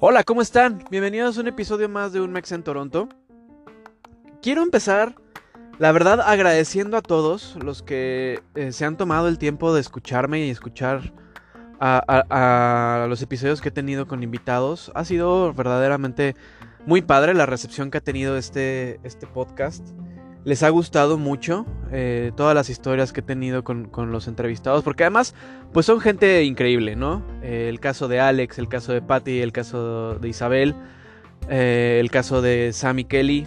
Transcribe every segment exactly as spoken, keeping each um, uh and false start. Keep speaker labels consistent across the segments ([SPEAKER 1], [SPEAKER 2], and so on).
[SPEAKER 1] Hola, ¿cómo están? Bienvenidos a un episodio más de Un Mex en Toronto. Quiero empezar, la verdad, agradeciendo a todos los que eh, se han tomado el tiempo de escucharme y escuchar a, a- a los episodios que he tenido con invitados. Ha sido verdaderamente muy padre la recepción que ha tenido este, este podcast. Les ha gustado mucho eh, todas las historias que he tenido con, con los entrevistados, porque además, pues son gente increíble, ¿no? Eh, el caso de Alex, el caso de Patty, el caso de Isabel, eh, el caso de Sam y Kelly.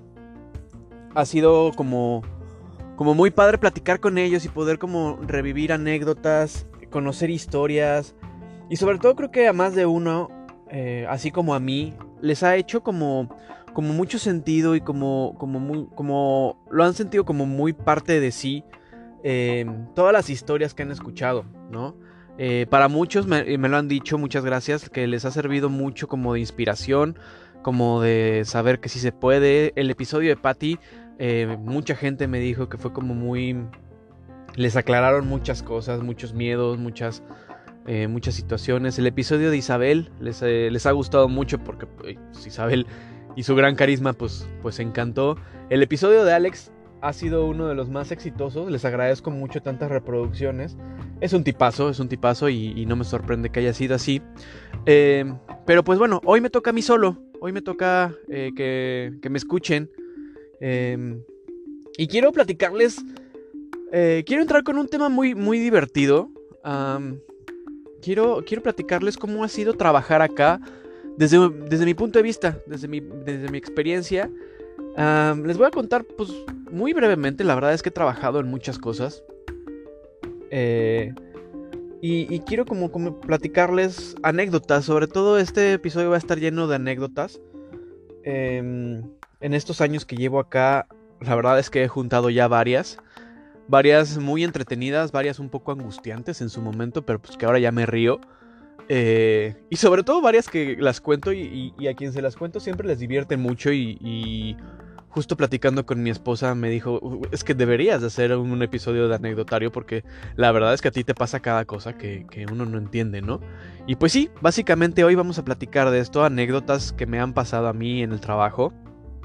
[SPEAKER 1] Ha sido como, como muy padre platicar con ellos y poder como revivir anécdotas, conocer historias. Y sobre todo creo que a más de uno, eh, así como a mí, les ha hecho como, como mucho sentido y como, como, muy, como lo han sentido como muy parte de sí. Eh, todas las historias que han escuchado, ¿no? Eh, para muchos me, me lo han dicho, muchas gracias, que les ha servido mucho como de inspiración, como de saber que sí se puede. El episodio de Patty, eh, mucha gente me dijo que fue como muy... Les aclararon muchas cosas, muchos miedos, muchas, eh, muchas situaciones. El episodio de Isabel les, eh, les ha gustado mucho porque pues, Isabel y su gran carisma pues, pues encantó. El episodio de Alex ha sido uno de los más exitosos. Les agradezco mucho tantas reproducciones. Es un tipazo, es un tipazo y, y no me sorprende que haya sido así. Eh, pero pues bueno, hoy me toca a mí solo. Hoy me toca eh, que, que me escuchen. Eh, y quiero platicarles... Eh, quiero entrar con un tema muy, muy divertido. Um, quiero, quiero platicarles cómo ha sido trabajar acá desde, desde mi punto de vista, desde mi, desde mi experiencia. Um, les voy a contar, pues, muy brevemente. La verdad es que he trabajado en muchas cosas. Eh, y, y quiero como, como platicarles anécdotas. Sobre todo este episodio va a estar lleno de anécdotas. Eh, en estos años que llevo acá, la verdad es que he juntado ya varias. Varias muy entretenidas, varias un poco angustiantes en su momento, pero pues que ahora ya me río. Eh, y sobre todo varias que las cuento y, y, y a quien se las cuento siempre les divierte mucho y, y justo platicando con mi esposa me dijo, es que deberías de hacer un, un episodio de anecdotario porque la verdad es que a ti te pasa cada cosa que, que uno no entiende, ¿no? Y pues sí, básicamente hoy vamos a platicar de esto, anécdotas que me han pasado a mí en el trabajo.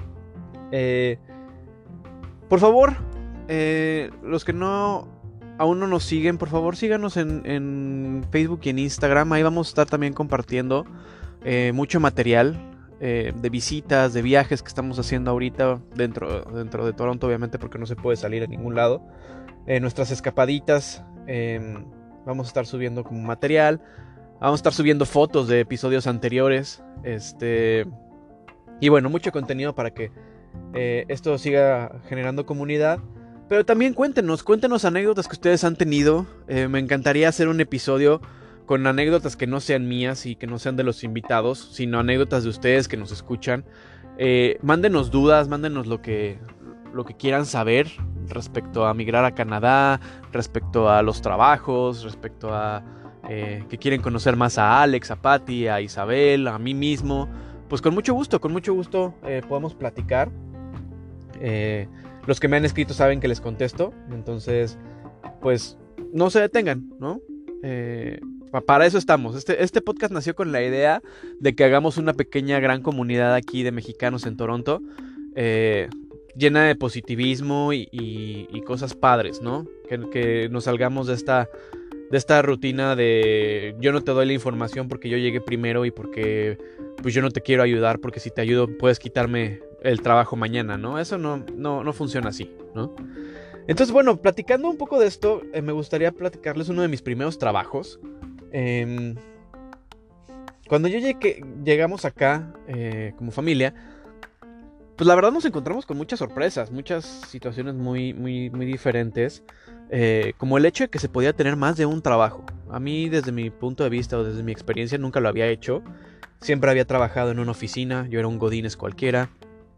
[SPEAKER 1] Eh, por favor, eh, los que no aún no nos siguen, por favor síganos en, en Facebook y en Instagram. Ahí vamos a estar también compartiendo eh, mucho material eh, de visitas, de viajes que estamos haciendo ahorita dentro, dentro de Toronto, obviamente porque no se puede salir a ningún lado. Eh, nuestras escapaditas, eh, vamos a estar subiendo como material. Vamos a estar subiendo fotos de episodios anteriores. Este... Y bueno, mucho contenido para que eh, esto siga generando comunidad. Pero también cuéntenos, cuéntenos anécdotas que ustedes han tenido. Eh, me encantaría hacer un episodio con anécdotas que no sean mías y que no sean de los invitados, sino anécdotas de ustedes que nos escuchan. Eh, mándenos dudas, mándenos lo que, lo que quieran saber respecto a migrar a Canadá, respecto a los trabajos, respecto a eh, que quieren conocer más a Alex, a Patty, a Isabel, a mí mismo. Pues con mucho gusto, con mucho gusto eh, podemos platicar. Eh, los que me han escrito saben que les contesto. Entonces, pues, no se detengan, ¿no? Eh, para eso estamos. Este, este podcast nació con la idea de que hagamos una pequeña gran comunidad aquí de mexicanos en Toronto. Eh, llena de positivismo y, y, y cosas padres, ¿no? Que, que nos salgamos de esta... de esta rutina de yo no te doy la información porque yo llegué primero y porque pues yo no te quiero ayudar porque si te ayudo puedes quitarme el trabajo mañana, ¿no? Eso no, no, no funciona así, ¿no? Entonces, bueno, platicando un poco de esto, eh, me gustaría platicarles uno de mis primeros trabajos. Eh, cuando yo llegué, llegamos acá eh, como familia, pues la verdad nos encontramos con muchas sorpresas, muchas situaciones muy, muy, muy diferentes. Eh, como el hecho de que se podía tener más de un trabajo. A mí, desde mi punto de vista o desde mi experiencia, nunca lo había hecho. Siempre había trabajado en una oficina, yo era un godínez cualquiera.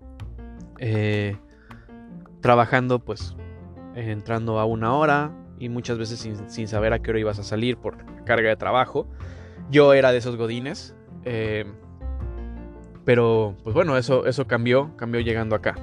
[SPEAKER 1] Eh, trabajando, pues, eh, entrando a una hora y muchas veces sin, sin saber a qué hora ibas a salir por carga de trabajo. Yo era de esos godines. Eh, pero, pues bueno, eso, eso cambió, cambió llegando acá.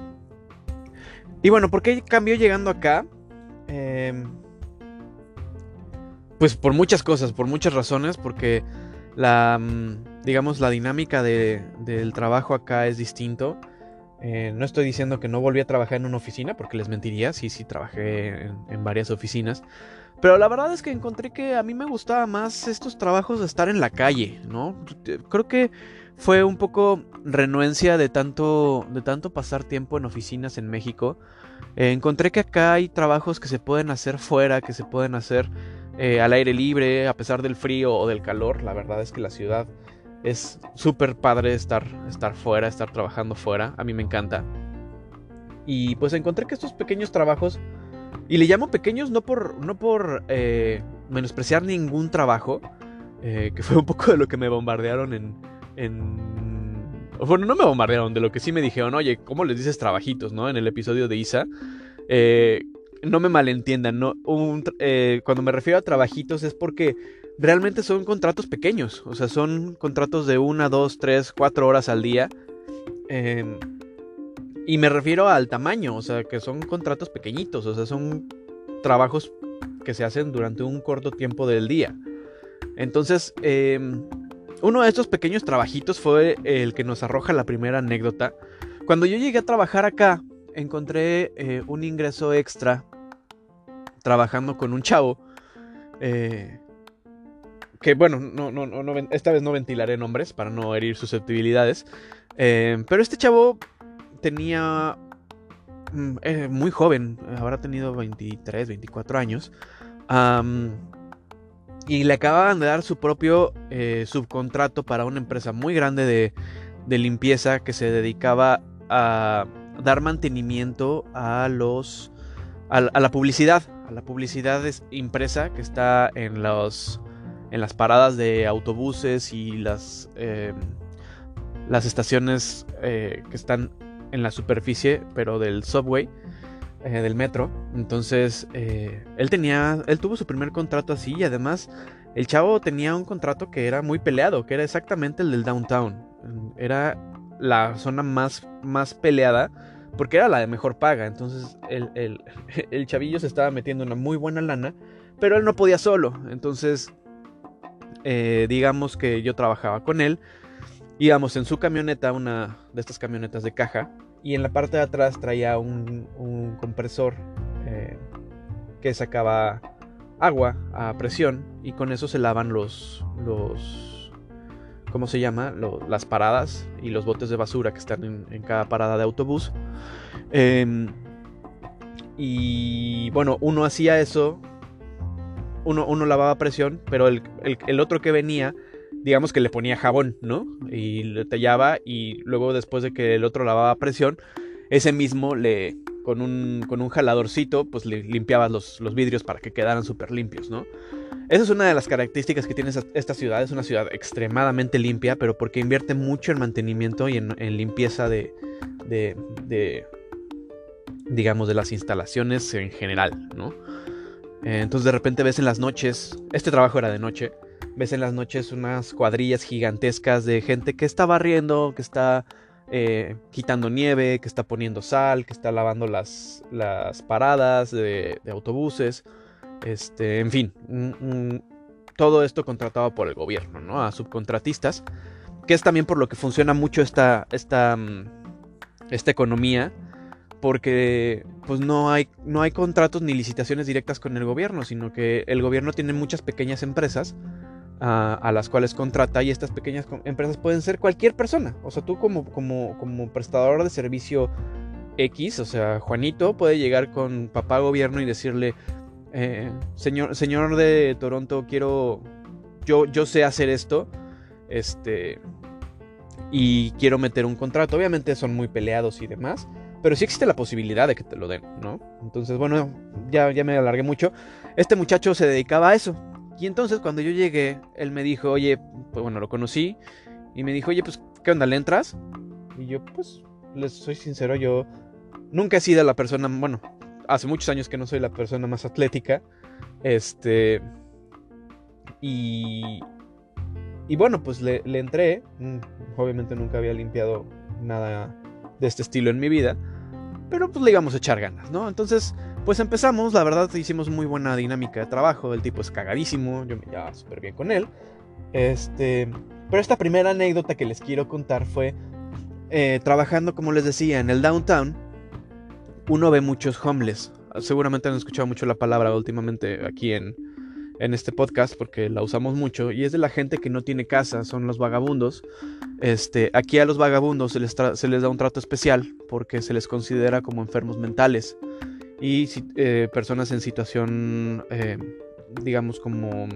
[SPEAKER 1] Y bueno, ¿por qué cambió llegando acá? Eh, pues por muchas cosas, por muchas razones, porque la mm, digamos, la dinámica de, del trabajo acá es distinto. Eh, no estoy diciendo que no volví a trabajar en una oficina, porque les mentiría, sí, sí trabajé en, en varias oficinas. Pero la verdad es que encontré que a mí me gustaba más estos trabajos de estar en la calle, ¿no? Creo que fue un poco renuencia de tanto, de tanto pasar tiempo en oficinas en México. Eh, encontré que acá hay trabajos que se pueden hacer fuera, que se pueden hacer eh, al aire libre, a pesar del frío o del calor. La verdad es que la ciudad es súper padre estar, estar fuera, estar trabajando fuera. A mí me encanta. Y pues encontré que estos pequeños trabajos, y le llamo pequeños no por, no por eh, menospreciar ningún trabajo, eh, que fue un poco de lo que me bombardearon en, en... Bueno, no me bombardearon, de lo que sí me dijeron, oye, ¿cómo les dices trabajitos, no? En el episodio de Isa. Eh, no me malentiendan, ¿no? Un, eh, cuando me refiero a trabajitos es porque realmente son contratos pequeños. O sea, son contratos de una, dos, tres, cuatro horas al día. Eh, y me refiero al tamaño, o sea, que son contratos pequeñitos. O sea, son trabajos que se hacen durante un corto tiempo del día. Entonces, eh, uno de estos pequeños trabajitos fue el que nos arroja la primera anécdota. Cuando yo llegué a trabajar acá, encontré eh, un ingreso extra trabajando con un chavo. Eh, que bueno, no, no, no, no, esta vez no ventilaré nombres para no herir susceptibilidades. Eh, pero este chavo tenía... Eh, muy joven, habrá tenido veintitrés, veinticuatro años. Um, y le acababan de dar su propio eh, subcontrato para una empresa muy grande de, de limpieza que se dedicaba a dar mantenimiento a los a, a la publicidad, a la publicidad impresa que está en los en las paradas de autobuses y las eh, las estaciones eh, que están en la superficie, pero del subway, eh, del metro. Entonces eh, él tenía él tuvo su primer contrato así, y además el chavo tenía un contrato que era muy peleado, que era exactamente el del downtown. Era la zona más, más peleada, porque era la de mejor paga. Entonces el, el, el chavillo se estaba metiendo una muy buena lana, pero él no podía solo. Entonces eh, digamos que yo trabajaba con él. Íbamos en su camioneta, una de estas camionetas de caja, y en la parte de atrás traía un, un compresor eh, que sacaba agua a presión, y con eso se lavan los, los ¿cómo se llama? Lo, las paradas y los botes de basura que están en, en cada parada de autobús. Eh, y bueno, uno hacía eso, uno, uno lavaba a presión, pero el, el, el otro que venía, digamos que le ponía jabón, ¿no? Y le tallaba, y luego después de que el otro lavaba a presión, ese mismo le, con un, con un jaladorcito, pues le limpiaba los, los vidrios para que quedaran súper limpios, ¿no? Esa es una de las características que tiene esta ciudad. Es una ciudad extremadamente limpia, pero porque invierte mucho en mantenimiento y en, en limpieza de, de, de, digamos, de las instalaciones en general, ¿no? Eh, entonces de repente ves en las noches, este trabajo era de noche, ves en las noches unas cuadrillas gigantescas de gente que está barriendo, que está eh, quitando nieve, que está poniendo sal, que está lavando las, las paradas de, de autobuses. Este, en fin, un, un, todo esto contratado por el gobierno, ¿no? A subcontratistas, que es también por lo que funciona mucho esta, esta, esta economía, porque pues no hay, no hay contratos ni licitaciones directas con el gobierno, sino que el gobierno tiene muchas pequeñas empresas a, a las cuales contrata, y estas pequeñas empresas pueden ser cualquier persona. O sea, tú como, como, como prestador de servicio X, o sea, Juanito puede llegar con papá gobierno y decirle: Eh, señor, señor de Toronto, quiero, yo, yo sé hacer esto, este, y quiero meter un contrato. Obviamente son muy peleados y demás, pero sí existe la posibilidad de que te lo den, ¿no? Entonces, bueno, ya, ya me alargué mucho. Este muchacho se dedicaba a eso, y entonces cuando yo llegué, él me dijo, oye, pues bueno, lo conocí, y me dijo, oye, pues, ¿qué onda, le entras? Y yo, pues, les soy sincero, yo nunca he sido la persona, bueno, hace muchos años que no soy la persona más atlética. Este. Y. Y bueno, pues le, le entré. Obviamente nunca había limpiado nada de este estilo en mi vida, pero pues le íbamos a echar ganas, ¿no? Entonces, pues empezamos. La verdad, hicimos muy buena dinámica de trabajo. El tipo es cagadísimo, yo me llevaba súper bien con él. Este, pero esta primera anécdota que les quiero contar fue eh, trabajando, como les decía, en el downtown. Uno ve muchos homeless. Seguramente han escuchado mucho la palabra últimamente aquí en, en este podcast porque la usamos mucho. Y es de la gente que no tiene casa, son los vagabundos. Este, aquí a los vagabundos se les, tra- se les da un trato especial porque se les considera como enfermos mentales. Y si- eh, personas en situación, eh, digamos, como...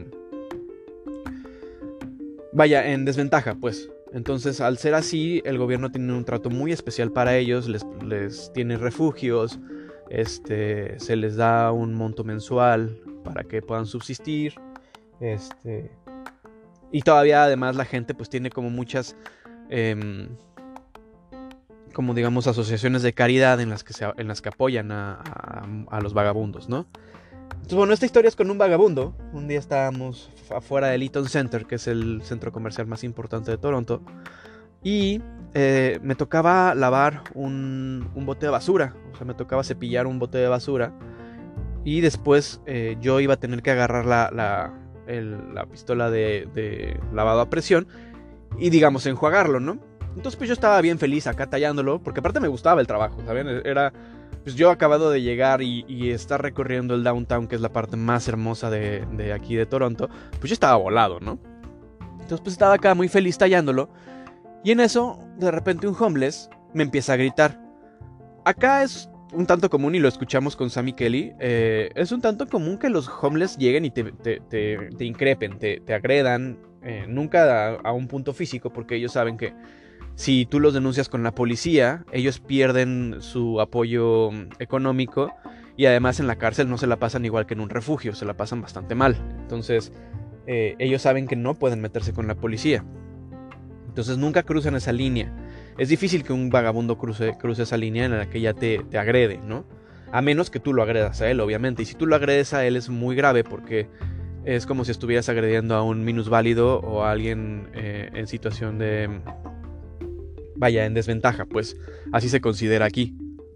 [SPEAKER 1] Vaya, en desventaja, pues. Entonces, al ser así, el gobierno tiene un trato muy especial para ellos, les, les tiene refugios, este, se les da un monto mensual para que puedan subsistir, este, y todavía además la gente pues tiene como muchas, eh, como digamos, asociaciones de caridad en las que, se, en las que apoyan a, a, a los vagabundos, ¿no? Entonces, bueno, esta historia es con un vagabundo. Un día estábamos afuera del Eaton Center, que es el centro comercial más importante de Toronto, y eh, me tocaba lavar un, un bote de basura. O sea, me tocaba cepillar un bote de basura. Y después eh, yo iba a tener que agarrar la, la, el, la pistola de, de lavado a presión y, digamos, enjuagarlo, ¿no? Entonces, pues yo estaba bien feliz acá tallándolo, porque aparte me gustaba el trabajo, ¿saben? Era... Pues yo acabado de llegar y, y estar recorriendo el downtown, que es la parte más hermosa de, de aquí de Toronto, pues yo estaba volado, ¿no? Entonces pues estaba acá muy feliz tallándolo. Y en eso, de repente un homeless me empieza a gritar. Acá es un tanto común, y lo escuchamos con Sammy Kelly, eh, es un tanto común que los homeless lleguen y te, te, te, te increpen, te, te agredan, eh, nunca a, a un punto físico, porque ellos saben que si tú los denuncias con la policía, ellos pierden su apoyo económico y además en la cárcel no se la pasan igual que en un refugio, se la pasan bastante mal. Entonces, eh, ellos saben que no pueden meterse con la policía. Entonces nunca cruzan esa línea. Es difícil que un vagabundo cruce, cruce esa línea en la que ya te, te agrede, ¿no? A menos que tú lo agredas a él, obviamente. Y si tú lo agredes a él es muy grave porque es como si estuvieras agrediendo a un minusválido o a alguien eh, en situación de... Vaya, en desventaja, pues así se considera aquí.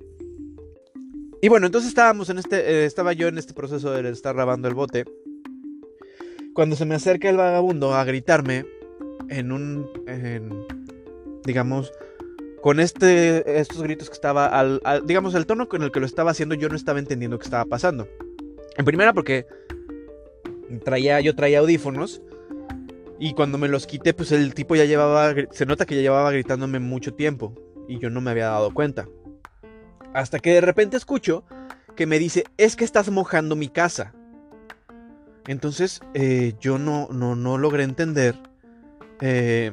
[SPEAKER 1] Y bueno, entonces estábamos en este, eh, estaba yo en este proceso de estar lavando el bote, cuando se me acerca el vagabundo a gritarme en un, en, digamos, con este, estos gritos que estaba, al, al, digamos, el tono con el que lo estaba haciendo, yo no estaba entendiendo qué estaba pasando. En primera porque traía, yo traía audífonos. Y cuando me los quité, pues el tipo ya llevaba... Se nota que ya llevaba gritándome mucho tiempo. Y yo no me había dado cuenta. Hasta que de repente escucho que me dice, es que estás mojando mi casa. Entonces eh, yo no, no, no logré entender. Eh,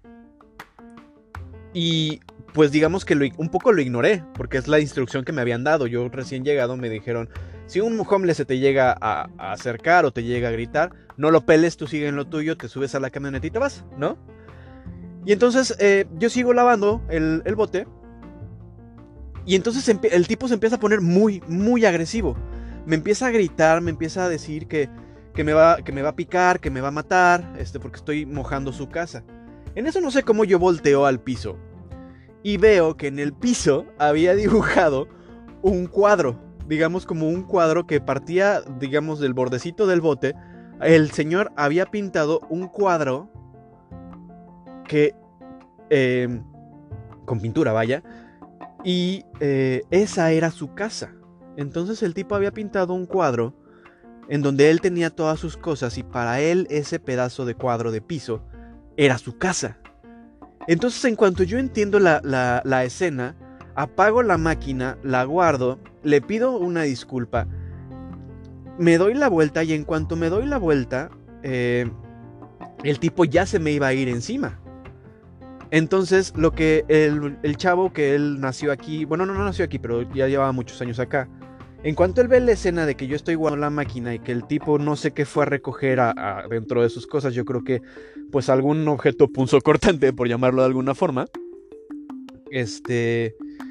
[SPEAKER 1] y pues digamos que lo, un poco lo ignoré. Porque es la instrucción que me habían dado. Yo recién llegado me dijeron, si un homeless se te llega a, a acercar o te llega a gritar, no lo peles, tú sigue en lo tuyo, te subes a la camioneta y te vas, ¿no? Y entonces eh, yo sigo lavando el, el bote. Y entonces el tipo se empieza a poner muy, muy agresivo. Me empieza a gritar, me empieza a decir que, que, me, va, que me va a picar, que me va a matar, este, porque estoy mojando su casa. En eso no sé cómo yo volteo al piso. Y veo que en el piso había dibujado un cuadro. Digamos como un cuadro que partía, digamos, del bordecito del bote. El señor había pintado un cuadro que... Eh, con pintura, vaya. Y eh, esa era su casa. Entonces el tipo había pintado un cuadro en donde él tenía todas sus cosas y para él ese pedazo de cuadro de piso era su casa. Entonces en cuanto yo entiendo la, la, la escena, apago la máquina, la guardo, le pido una disculpa, me doy la vuelta y en cuanto me doy la vuelta, eh, el tipo ya se me iba a ir encima. Entonces lo que el, el chavo que él nació aquí, bueno no, no nació aquí, pero ya llevaba muchos años acá. En cuanto él ve la escena de que yo estoy guardando la máquina y que el tipo no sé qué fue a recoger a, a dentro de sus cosas, yo creo que pues algún objeto punzocortante, por llamarlo de alguna forma. Este...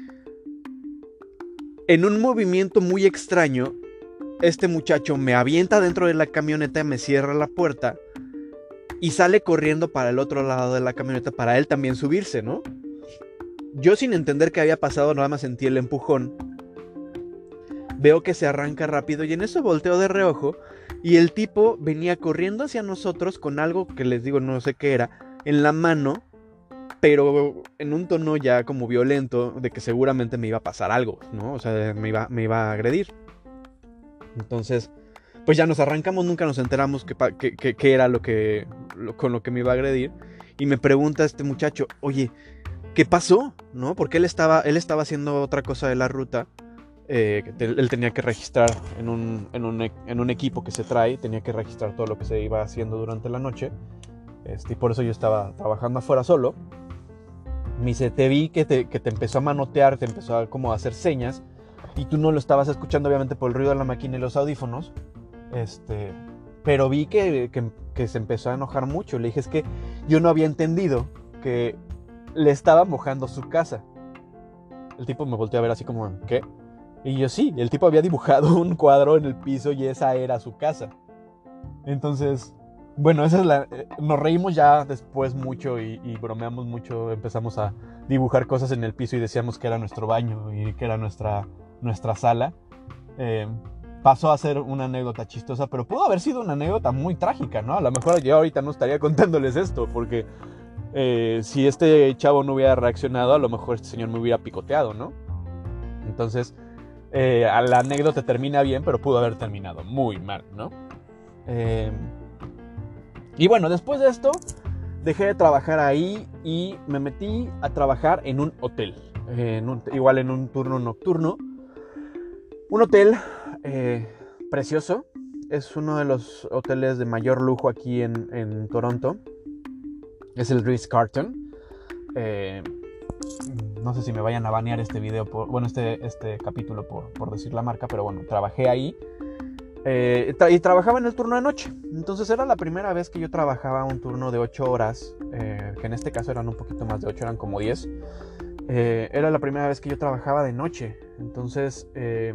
[SPEAKER 1] En un movimiento muy extraño, este muchacho me avienta dentro de la camioneta, me cierra la puerta y sale corriendo para el otro lado de la camioneta para él también subirse, ¿no? Yo sin entender qué había pasado, nada más sentí el empujón. Veo que se arranca rápido y en eso volteo de reojo Y el tipo venía corriendo hacia nosotros con algo que les digo, no sé qué era, en la mano, pero en un tono ya como violento, de que seguramente me iba a pasar algo, ¿no? O sea, me iba, me iba a agredir. Entonces, pues ya nos arrancamos, nunca nos enteramos qué que, que, que era lo que, lo, con lo que me iba a agredir. Y me pregunta este muchacho, oye, ¿qué pasó? ¿No? Porque él estaba, él estaba haciendo otra cosa de la ruta. Eh, él tenía que registrar en un, en, un, en un equipo que se trae, tenía que registrar todo lo que se iba haciendo durante la noche. Este, y por eso yo estaba trabajando afuera solo. Me dice, te vi que te, que te empezó a manotear, te empezó a como a hacer señas, y tú no lo estabas escuchando obviamente por el ruido de la máquina y los audífonos. Este, pero vi que, que, que se empezó a enojar mucho. Le dije, es que yo no había entendido que le estaba mojando su casa. El tipo me volteó a ver así como, ¿qué? Y yo, sí, el tipo había dibujado un cuadro en el piso y esa era su casa. Entonces, bueno, esa es la, eh, nos reímos ya después mucho y, y bromeamos mucho. Empezamos a dibujar cosas en el piso y decíamos que era nuestro baño y que era nuestra, nuestra sala. Eh, pasó a ser una anécdota chistosa, pero pudo haber sido una anécdota muy trágica, ¿no? A lo mejor yo ahorita no estaría contándoles esto, porque eh, si este chavo no hubiera reaccionado, a lo mejor este señor me hubiera picoteado, ¿no? Entonces, eh, la anécdota termina bien, pero pudo haber terminado muy mal, ¿no? Eh, y bueno, después de esto, dejé de trabajar ahí y me metí a trabajar en un hotel, eh, en un, igual en un turno nocturno. Un hotel eh, precioso, es uno de los hoteles de mayor lujo aquí en, en Toronto. Es el Ritz-Carlton. Eh, no sé si me vayan a banear este video, por, bueno, este, este capítulo por, por decir la marca, pero bueno, trabajé ahí. Eh, tra- y trabajaba en el turno de noche. Entonces era la primera vez que yo trabajaba un turno de ocho horas, eh, que en este caso eran un poquito más de ocho, eran como diez. Eh, era la primera vez que yo trabajaba de noche. Entonces, eh,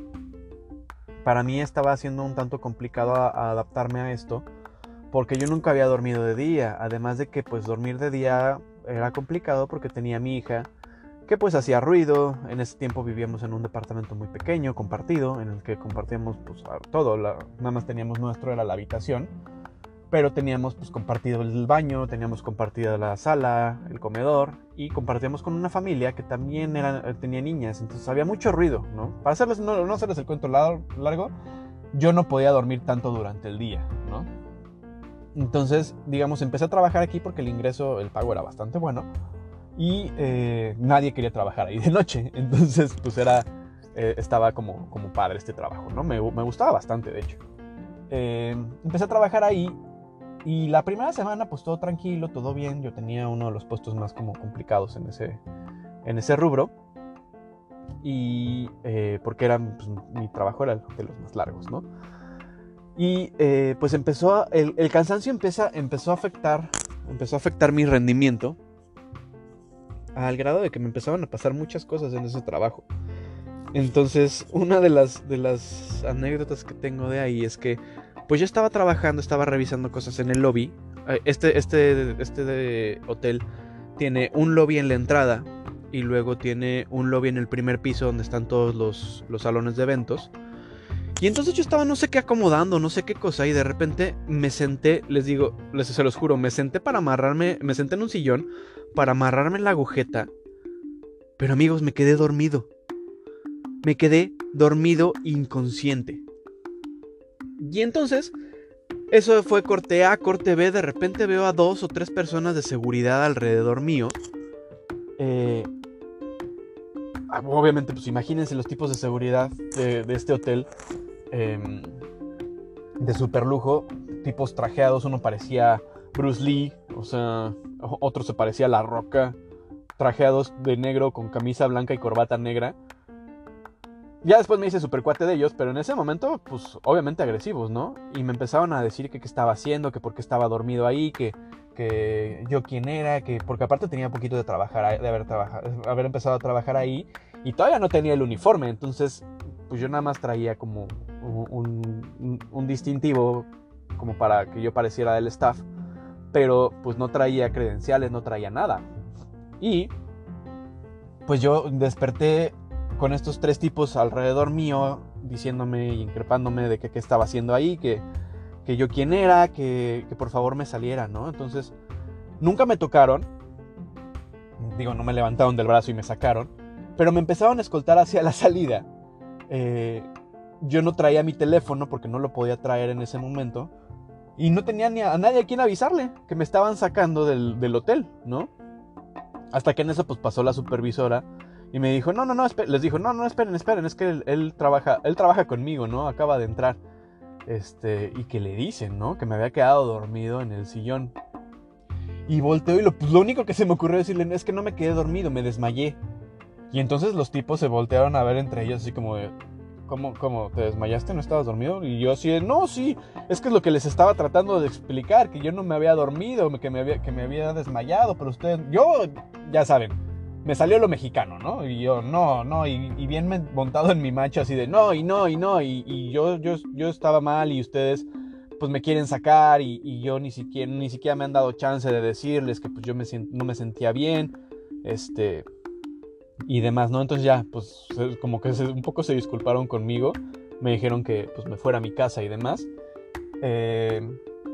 [SPEAKER 1] para mí estaba siendo un tanto complicado a, a adaptarme a esto, porque yo nunca había dormido de día. Además de que pues dormir de día era complicado porque tenía a mi hija, que pues hacía ruido. En ese tiempo vivíamos en un departamento muy pequeño, compartido, en el que compartíamos pues todo, la, nada más teníamos nuestro, era la habitación, pero teníamos pues compartido el baño, teníamos compartida la sala, el comedor, y compartíamos con una familia que también era, tenía niñas, entonces había mucho ruido, ¿no? Para hacerles, no, no hacerles el cuento largo, yo no podía dormir tanto durante el día, ¿no? Entonces, digamos, empecé a trabajar aquí porque el ingreso, el pago era bastante bueno, y eh, nadie quería trabajar ahí de noche. Entonces pues era eh, estaba como, como padre este trabajo, ¿no? Me, me gustaba bastante, de hecho. Eh, empecé a trabajar ahí y la primera semana pues todo tranquilo, todo bien. Yo tenía uno de los puestos más como complicados en ese, en ese rubro, y eh, porque era, pues, mi trabajo era de los más largos, ¿no? Y eh, pues empezó a, el, el cansancio empieza, empezó a afectar empezó a afectar mi rendimiento, al grado de que me empezaban a pasar muchas cosas en ese trabajo. Entonces, una de las, de las anécdotas que tengo de ahí es que pues yo estaba trabajando, estaba revisando cosas en el lobby. Este, este, este de hotel tiene un lobby en la entrada y luego tiene un lobby en el primer piso donde están todos los, los salones de eventos. Y entonces yo estaba no sé qué acomodando, no sé qué cosa, y de repente me senté, les digo, les, se los juro, me senté para amarrarme, me senté en un sillón para amarrarme la agujeta, pero amigos, me quedé dormido. Me quedé dormido inconsciente. Y entonces, eso fue corte A, corte B, de repente veo a dos o tres personas de seguridad alrededor mío. Eh, obviamente, pues imagínense los tipos de seguridad de, de este hotel. Eh, de super lujo, tipos trajeados, uno parecía Bruce Lee, o sea, otro se parecía a La Roca, trajeados de negro con camisa blanca y corbata negra. Ya después me hice super cuate de ellos, pero en ese momento, pues obviamente agresivos, ¿no? Y me empezaron a decir que qué estaba haciendo, que por qué estaba dormido ahí, que, que yo quién era, que porque aparte tenía poquito de trabajar, de haber, trabajado, haber empezado a trabajar ahí, y todavía no tenía el uniforme. Entonces pues yo nada más traía como un, un, un distintivo como para que yo pareciera del staff, pero pues no traía credenciales, no traía nada. Y pues yo desperté con estos tres tipos alrededor mío, diciéndome y increpándome de que qué estaba haciendo ahí, que, que yo quién era, que, que por favor me saliera, ¿no? Entonces, nunca me tocaron, digo, no me levantaron del brazo y me sacaron, pero me empezaron a escoltar hacia la salida. Eh, yo no traía mi teléfono porque no lo podía traer en ese momento y no tenía ni a, a nadie a quien avisarle que me estaban sacando del, del hotel, ¿no? Hasta que en eso pues pasó la supervisora y me dijo, no, no, no, esperen. Les dijo, no, no, esperen, esperen, es que él, él, trabaja, él trabaja conmigo, ¿no? Acaba de entrar. Este, y que le dicen, ¿no? Que me había quedado dormido en el sillón. Y volteo y lo, pues, lo único que se me ocurrió decirle es que no me quedé dormido, me desmayé. Y entonces los tipos se voltearon a ver entre ellos así como de, ¿cómo, cómo, te desmayaste? ¿No estabas dormido? Y yo así de, no, sí, es que es lo que les estaba tratando de explicar, que yo no me había dormido, que me había, que me había desmayado, pero ustedes, yo, ya saben, me salió lo mexicano, ¿no? Y yo, no, no, y, y bien montado en mi macho así de, no, y no, y no, y, y yo, yo, yo estaba mal y ustedes pues me quieren sacar y, y yo ni siquiera, ni siquiera me han dado chance de decirles que pues yo me sient, no me sentía bien, este, y demás, ¿no? Entonces ya, pues como que se, un poco se disculparon conmigo, me dijeron que pues me fuera a mi casa y demás, eh,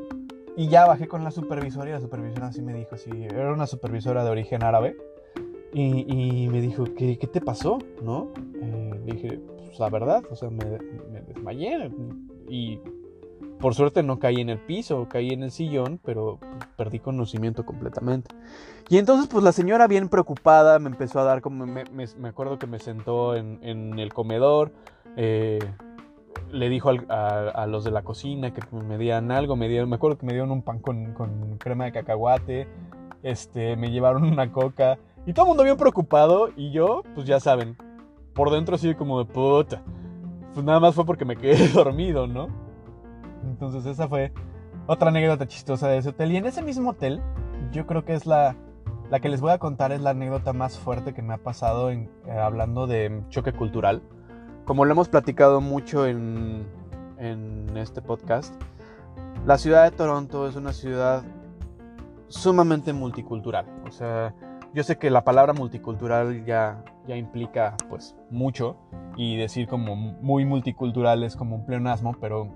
[SPEAKER 1] y ya bajé con la supervisora y la supervisora así me dijo, así, era una supervisora de origen árabe, y, y me dijo, ¿qué, qué te pasó? ¿No? Eh, le dije, pues la verdad, o sea, me, me desmayé y por suerte no caí en el piso, caí en el sillón, pero pues, perdí conocimiento completamente. Y entonces pues la señora bien preocupada me empezó a dar como, me, me, me acuerdo que me sentó en, en el comedor, eh, le dijo al, a, a los de la cocina que me dieran algo, me, dieron, me acuerdo que me dieron un pan con, con crema de cacahuate, este, me llevaron una coca, y todo el mundo bien preocupado, y yo, pues ya saben, por dentro así como de puta, pues nada más fue porque me quedé dormido, ¿no? Entonces esa fue otra anécdota chistosa de ese hotel. Y en ese mismo hotel, yo creo que es la, la que les voy a contar, es la anécdota más fuerte que me ha pasado en, eh, hablando de choque cultural. Como lo hemos platicado mucho en, en este podcast, la ciudad de Toronto es una ciudad sumamente multicultural. O sea, yo sé que la palabra multicultural ya, ya implica pues mucho, y decir como muy multicultural es como un pleonasmo, pero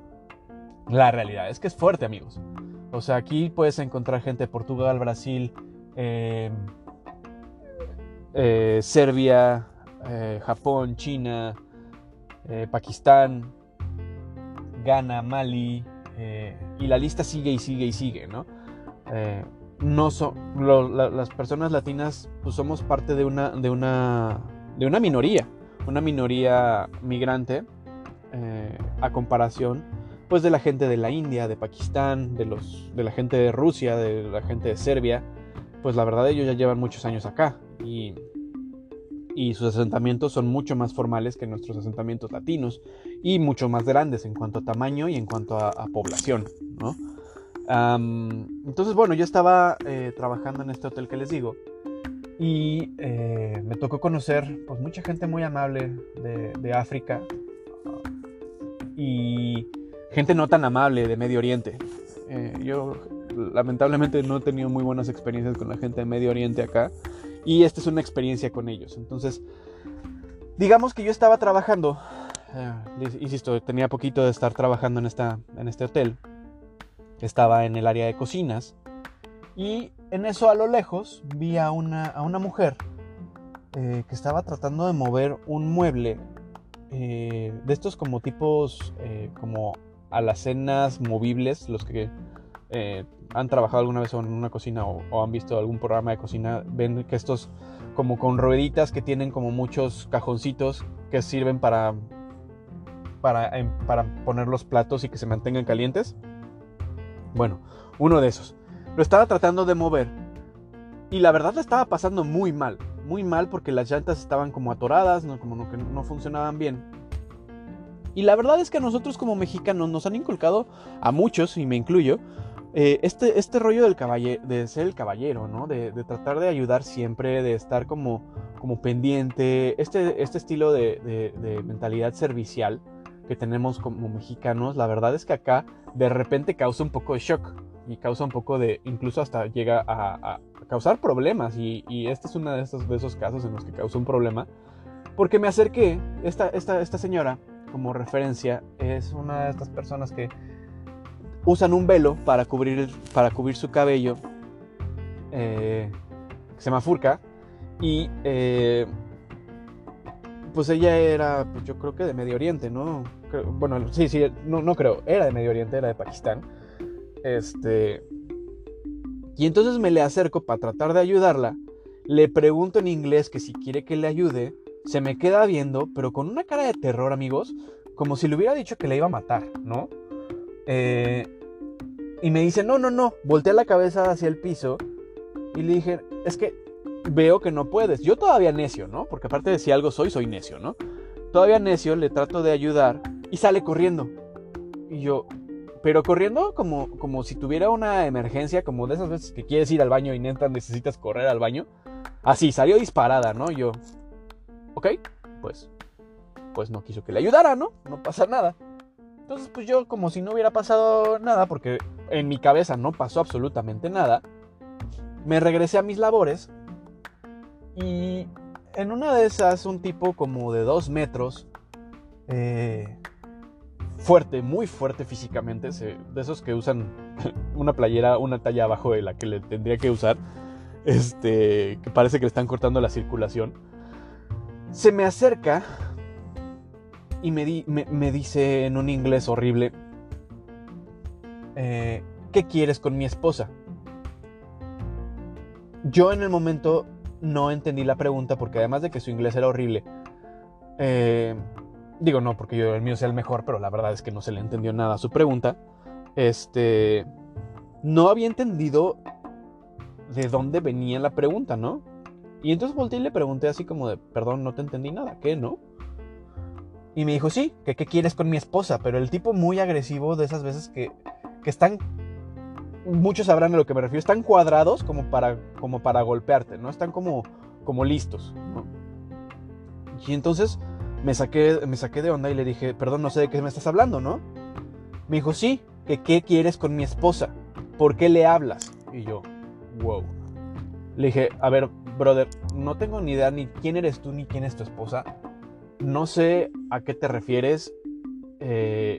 [SPEAKER 1] la realidad es que es fuerte, amigos. O sea, aquí puedes encontrar gente de Portugal, Brasil, eh, eh, Serbia, eh, Japón, China, eh, Pakistán, Ghana, Mali, eh, y la lista sigue y sigue y sigue, ¿no? Eh, no so, lo, la, las personas latinas pues somos parte de una, de una, de una minoría, una minoría migrante, eh, a comparación pues de la gente de la India, de Pakistán, de, los, de la gente de Rusia, de la gente de Serbia. Pues la verdad ellos ya llevan muchos años acá y, y sus asentamientos son mucho más formales que nuestros asentamientos latinos y mucho más grandes en cuanto a tamaño y en cuanto a, a población, ¿no? Um, entonces bueno, yo estaba eh, trabajando en este hotel que les digo y eh, me tocó conocer pues mucha gente muy amable de, de África y gente no tan amable de Medio Oriente. Eh, yo lamentablemente no he tenido muy buenas experiencias con la gente de Medio Oriente acá, y esta es una experiencia con ellos. Entonces, digamos que yo estaba trabajando, eh, insisto, tenía poquito de estar trabajando en, esta, en este hotel, estaba en el área de cocinas, y en eso a lo lejos vi a una, a una mujer eh, que estaba tratando de mover un mueble eh, de estos como tipos, eh, como alacenas movibles. Los que eh, han trabajado alguna vez en una cocina o, o han visto algún programa de cocina ven que estos como con rueditas que tienen como muchos cajoncitos que sirven para, para, eh, para poner los platos y que se mantengan calientes. Bueno, uno de esos lo estaba tratando de mover y la verdad la estaba pasando muy mal, muy mal, porque las llantas estaban como atoradas, no, como no, que no funcionaban bien. Y la verdad es que a nosotros como mexicanos nos han inculcado, a muchos, y me incluyo, eh, este, este rollo del caballero, de ser el caballero, ¿no? De, de tratar de ayudar siempre, de estar como, como pendiente. Este, este estilo de, de, de mentalidad servicial que tenemos como mexicanos, la verdad es que acá de repente causa un poco de shock. Y causa un poco de, incluso hasta llega a, a causar problemas. Y, y este es uno de esos, de esos casos en los que causó un problema. Porque me acerqué, esta, esta, esta señora como referencia, es una de estas personas que usan un velo para cubrir, para cubrir su cabello, eh, que se llama Furka, y eh, pues ella era, pues yo creo que de Medio Oriente, ¿no? Creo, bueno, sí, sí, no, no creo, era de Medio Oriente, era de Pakistán. Este, y entonces me le acerco para tratar de ayudarla, le pregunto en inglés que si quiere que le ayude, se me queda viendo, pero con una cara de terror, amigos, como si le hubiera dicho que le iba a matar, ¿no? Eh, y me dice, no, no, no, volteé la cabeza hacia el piso y le dije, es que veo que no puedes. Yo todavía necio, ¿no? Porque aparte de si algo soy, soy necio, ¿no? Todavía necio, le trato de ayudar y sale corriendo. Y yo, pero corriendo como, como si tuviera una emergencia, como de esas veces que quieres ir al baño y neta necesitas correr al baño. Así, salió disparada, ¿no? Y yo, ok, pues, pues no quiso que le ayudara, ¿no? No pasa nada. Entonces, pues yo como si no hubiera pasado nada, porque en mi cabeza no pasó absolutamente nada, me regresé a mis labores y en una de esas un tipo como de dos metros, eh, fuerte, muy fuerte físicamente, se, de esos que usan una playera, una talla abajo de la que le tendría que usar, este, que parece que le están cortando la circulación, se me acerca y me, di, me, me dice en un inglés horrible, eh, ¿qué quieres con mi esposa? Yo en el momento no entendí la pregunta porque además de que su inglés era horrible, eh, digo no porque yo el mío sea el mejor, pero la verdad es que no se le entendió nada a su pregunta. Este, no había entendido de dónde venía la pregunta, ¿no? Y entonces volteé y le pregunté así como de, perdón, no te entendí nada, ¿qué, no? Y me dijo, sí, que qué quieres con mi esposa, pero el tipo muy agresivo de esas veces que, que están, muchos sabrán a lo que me refiero, están cuadrados como para, como para golpearte, ¿no? Están como, como listos, ¿no? Y entonces me saqué, me saqué de onda y le dije, perdón, no sé de qué me estás hablando, ¿no? Me dijo, sí, que qué quieres con mi esposa, ¿por qué le hablas? Y yo, wow. Le dije, a ver, brother, no tengo ni idea ni quién eres tú ni quién es tu esposa. No sé a qué te refieres. Eh,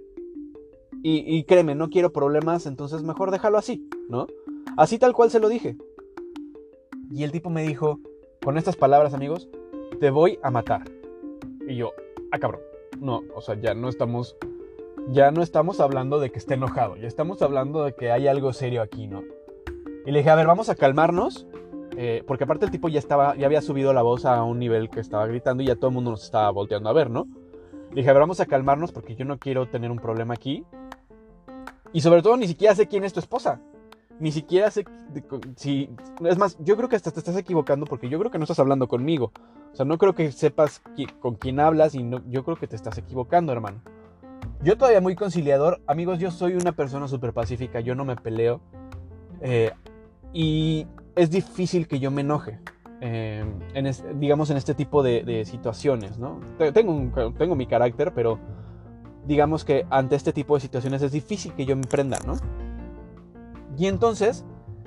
[SPEAKER 1] y, y créeme, no quiero problemas, entonces mejor déjalo así, ¿no? Así tal cual se lo dije. Y el tipo me dijo, con estas palabras, amigos, te voy a matar. Y yo, ah, cabrón. No, o sea, ya no estamos... Ya no estamos hablando de que esté enojado. Ya estamos hablando de que hay algo serio aquí, ¿no? Y le dije, a ver, vamos a calmarnos. Eh, porque aparte el tipo ya estaba, ya había subido la voz a un nivel que estaba gritando y ya todo el mundo nos estaba volteando a ver, ¿no? Le dije, a ver, vamos a calmarnos porque yo no quiero tener un problema aquí. Y sobre todo ni siquiera sé quién es tu esposa. Ni siquiera sé si... Es más, yo creo que hasta te estás equivocando porque yo creo que no estás hablando conmigo. O sea, no creo que sepas con quién hablas y no, yo creo que te estás equivocando, hermano. Yo todavía muy conciliador. Amigos, yo soy una persona súper pacífica. Yo no me peleo. Eh, y... es difícil que yo me enoje, eh, en es, digamos, en este tipo de, de situaciones, ¿no? Tengo, un, tengo mi carácter, pero digamos que ante este tipo de situaciones es difícil que yo me prenda, ¿no? Y entonces,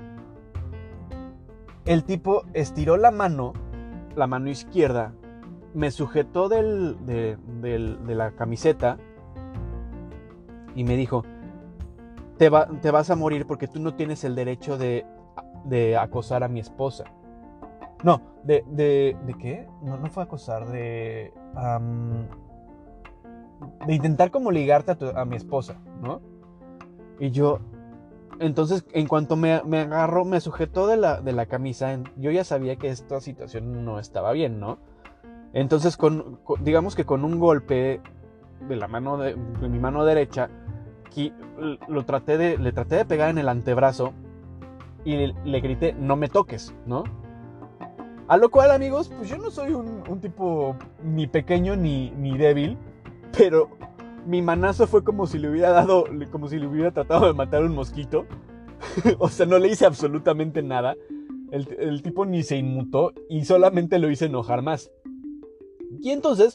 [SPEAKER 1] el tipo estiró la mano, la mano izquierda, me sujetó del, de, del, de la camiseta y me dijo, te, va, te vas a morir porque tú no tienes el derecho de... de acosar a mi esposa. No, de... ¿De, de qué? No, no fue acosar, de... Um, de intentar como ligarte a, tu, a mi esposa, ¿no? Y yo... Entonces, en cuanto me, me agarró, me sujetó de la, de la camisa, yo ya sabía que esta situación no estaba bien, ¿no? Entonces, con, con, digamos que con un golpe de la mano de, de mi mano derecha, aquí, lo traté de, le traté de pegar en el antebrazo y le, le grité, no me toques, ¿no? A lo cual, amigos, pues yo no soy un, un tipo ni pequeño ni, ni débil, pero mi manazo fue como si le hubiera dado, como si le hubiera tratado de matar un mosquito. O sea, no le hice absolutamente nada. El, el tipo ni se inmutó y solamente lo hice enojar más. Y entonces,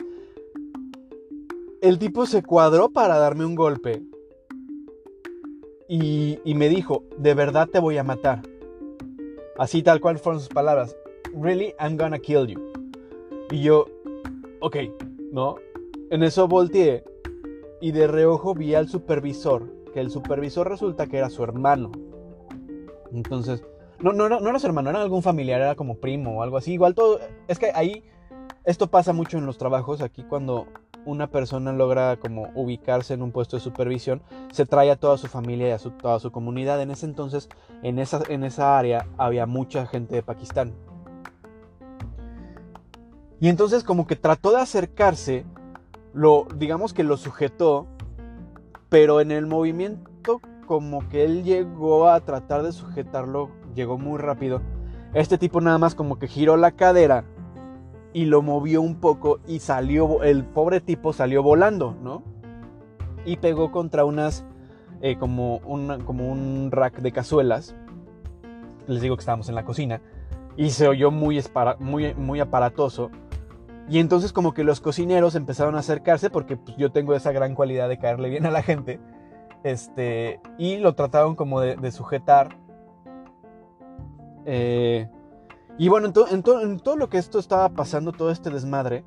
[SPEAKER 1] el tipo se cuadró para darme un golpe. Y, y me dijo, de verdad te voy a matar. Así tal cual fueron sus palabras. Really, I'm gonna kill you. Y yo, ok, ¿no? En eso volteé y de reojo vi al supervisor, que el supervisor resulta que era su hermano. Entonces, no, no, era, no era su hermano, era algún familiar, era como primo o algo así. Igual todo, es que ahí, esto pasa mucho en los trabajos. Aquí cuando una persona logra como ubicarse en un puesto de supervisión, se trae a toda su familia y a su, toda su comunidad. En ese entonces, en esa, en esa área, había mucha gente de Pakistán. Y entonces como que trató de acercarse, lo, digamos que lo sujetó, pero en el movimiento como que él llegó a tratar de sujetarlo, llegó muy rápido. Este tipo nada más como que giró la cadera y lo movió un poco y salió, el pobre tipo salió volando, ¿no? Y pegó contra unas, eh, como, una, como un rack de cazuelas. Les digo que estábamos en la cocina y se oyó muy, espara, muy, muy aparatoso. Y entonces como que los cocineros empezaron a acercarse porque pues, yo tengo esa gran cualidad de caerle bien a la gente. Este, y lo trataron como de, de sujetar. Eh, y bueno, en, to, en, to, en todo lo que esto estaba pasando, todo este desmadre,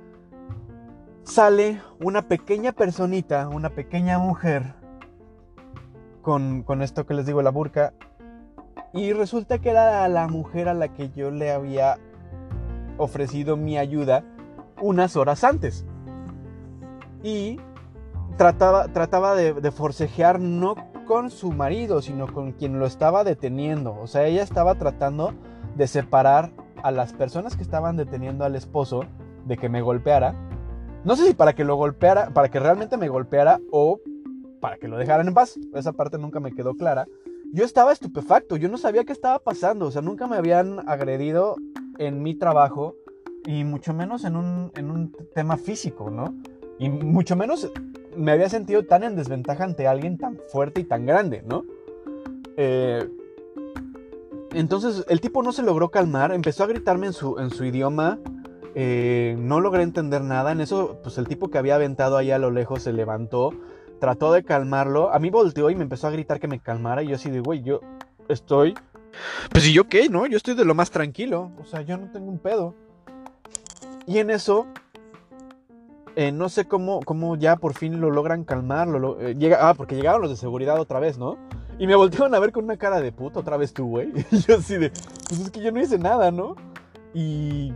[SPEAKER 1] sale una pequeña personita, una pequeña mujer, con, con esto que les digo, la burka. Y resulta que era la mujer a la que yo le había ofrecido mi ayuda unas horas antes. Y trataba, trataba de, de forcejear no con su marido, sino con quien lo estaba deteniendo. O sea, ella estaba tratando de separar a las personas que estaban deteniendo al esposo de que me golpeara. No sé si para que lo golpeara, para que realmente me golpeara o para que lo dejaran en paz. Esa parte nunca me quedó clara. Yo estaba estupefacto, yo no sabía qué estaba pasando. O sea, nunca me habían agredido en mi trabajo y mucho menos en un, en un tema físico, ¿no? Y mucho menos me había sentido tan en desventaja ante alguien tan fuerte y tan grande, ¿no? Eh, entonces el tipo no se logró calmar, empezó a gritarme en su, en su idioma, eh, no logré entender nada. En eso, pues el tipo que había aventado ahí a lo lejos se levantó, trató de calmarlo, a mí volteó y me empezó a gritar que me calmara y yo así de, güey, yo estoy... Pues ¿y yo qué, no? Yo estoy de lo más tranquilo, o sea, yo no tengo un pedo. Y en eso... Eh, no sé cómo, cómo ya por fin lo logran calmar. Lo, lo, eh, llega, ah, porque llegaron los de seguridad otra vez, ¿no? Y me voltearon a ver con una cara de puto, otra vez tú, güey. Y yo así de, pues es que yo no hice nada, ¿no? Y...